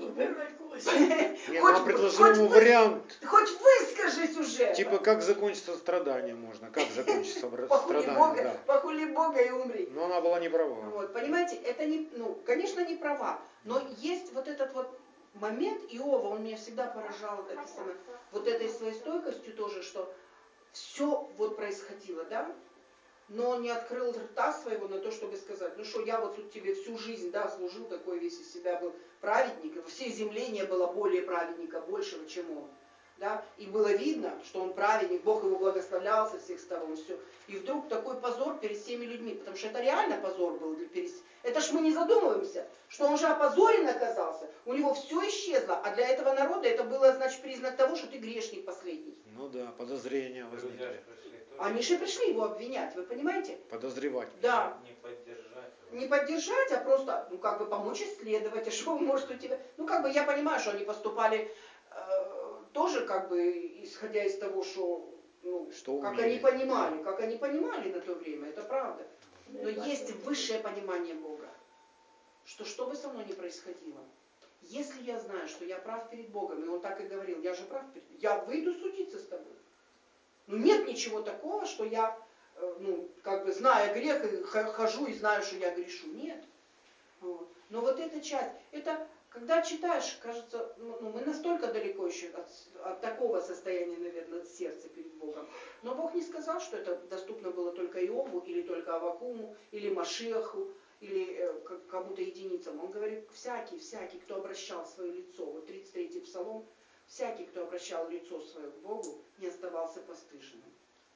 Не, она предложила ему вариант. Хоть выскажись уже. Типа, как закончится страдание можно, как закончится Похули страдание, Бога, да. похули Бога и умри. Но она была не права. Вот, понимаете, это не, ну, конечно, не права, но есть вот этот вот момент Иова, он меня всегда поражал это самое, вот этой своей стойкостью тоже, что все вот происходило, да, но он не открыл рта своего на то, чтобы сказать, ну что, я вот тут тебе всю жизнь, да, служил, такой весь из себя был праведник, и во всей земле не было более праведника, большего, чем он. Да? И было видно, что он праведник, Бог его благословлял со всех сторон, все. И вдруг такой позор перед всеми людьми, потому что это реально позор был. Перед... Это ж мы не задумываемся, что он же опозорен оказался, у него все исчезло, а для этого народа это было, значит, признак того, что ты грешник последний. Ну да, подозрения возникли. Они же пришли его обвинять, вы понимаете? Подозревать. Да. Не поддержать. Не поддержать, а просто, ну, как бы помочь исследовать, а что может у тебя... Ну, как бы я понимаю, что они поступали э, тоже, как бы, исходя из того, что, ну, что как умели. они понимали, как они понимали на то время, это правда. Но есть высшее понимание Бога, что что бы со мной ни происходило, если я знаю, что я прав перед Богом, и Он так и говорил, я же прав перед... Я выйду судиться с тобой. Ну, нет ничего такого, что я... ну, как бы зная грех, и хожу и знаю, что я грешу. Нет. Вот. Но вот эта часть, это Когда читаешь, кажется, ну, ну, мы настолько далеко еще от, от такого состояния, наверное, сердца перед Богом. Но Бог не сказал, что это доступно было только Иову, или только Аввакуму, или Машиаху, или э, кому-то единицам. Он говорит, всякий, всякий, кто обращал свое лицо, вот тридцать третий псалом, всякий, кто обращал лицо свое к Богу, не оставался постыженным.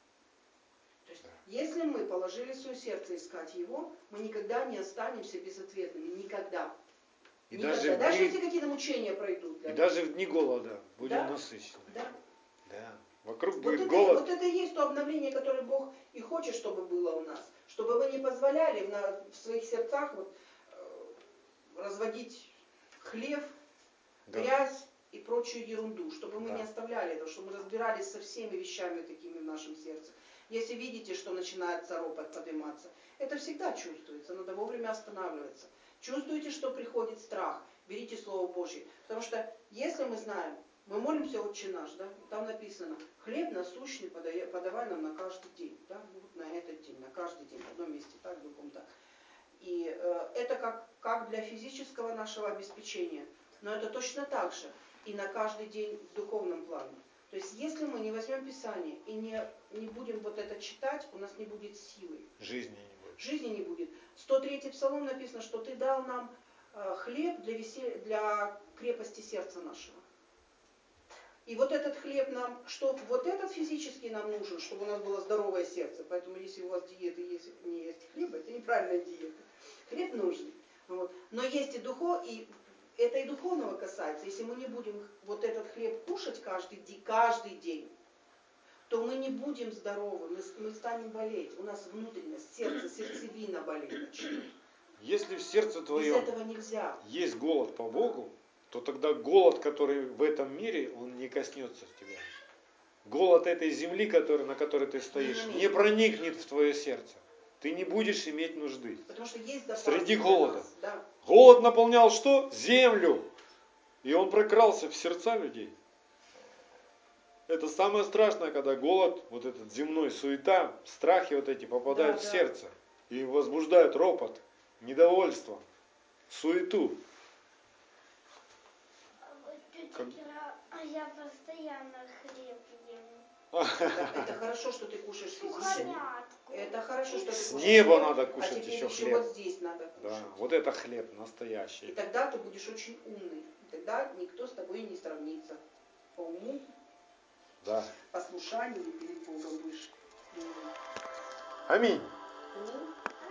То есть, если мы положили свое сердце искать Его, мы никогда не останемся безответными, никогда. И Никогда. даже, в Даже дни, если какие-то мучения пройдут. Для и нас. даже в дни голода будем Да? насыщены. Да. Да. Вокруг Вот будет это, голод. вот это и есть то обновление, которое Бог и хочет, чтобы было у нас. Чтобы мы не позволяли в, на, в своих сердцах вот, э, разводить хлев, Да. грязь и прочую ерунду. Чтобы мы Да. не оставляли этого, чтобы мы разбирались со всеми вещами такими в нашем сердце. Если видите, что начинается ропот подниматься, это всегда чувствуется, надо вовремя останавливаться. Чувствуете, что приходит страх, берите Слово Божье. Потому что если мы знаем, мы молимся «Отче наш», да? Там написано, хлеб насущный подай, подавай нам на каждый день. Да? Ну, вот на этот день, на каждый день, в одном месте так, в другом так. И э, это как, как для физического нашего обеспечения, но это точно так же и на каждый день в духовном плане. То есть если мы не возьмем Писание и не, не будем вот это читать, у нас не будет силы. Жизни не будет. Жизни не будет. сто третий псалом написано, что ты дал нам э, хлеб для, веселья, для крепости сердца нашего. И вот этот хлеб нам, что вот этот физически нам нужен, чтобы у нас было здоровое сердце. Поэтому если у вас диеты есть, не есть хлеба, это неправильная диета. Хлеб нужен. Вот. Но есть и духов, и это и духовного касается. Если мы не будем вот этот хлеб кушать каждый день, каждый день, то мы не будем здоровы, мы, мы станем болеть. У нас внутренность, сердце, сердцевина болеть начнет. Если в сердце Без твоем этого нельзя. есть голод по Богу, то тогда голод, который в этом мире, он не коснется тебя. Голод этой земли, который, на которой ты стоишь, Не не проникнет в твое сердце. Ты не будешь иметь нужды. Потому что есть запас Среди для голода. нас, да. Голод наполнял что? Землю. И он прокрался в сердца людей. Это самое страшное, когда голод, вот этот земной суета, страхи вот эти попадают Да, в да. сердце. И возбуждают ропот, недовольство, суету. Как... А я постоянно хлеб ем. Да, это хорошо, что ты кушаешь физически. Сухомятку. Это хорошо, что ты С кушаешь неба хлеб, надо а кушать теперь еще еще хлеб. вот здесь надо кушать. Да, вот это хлеб И настоящий. тогда ты будешь очень умный. И тогда никто с тобой не сравнится. По уму, Да. послушанию перед Богом будешь. Аминь. Аминь.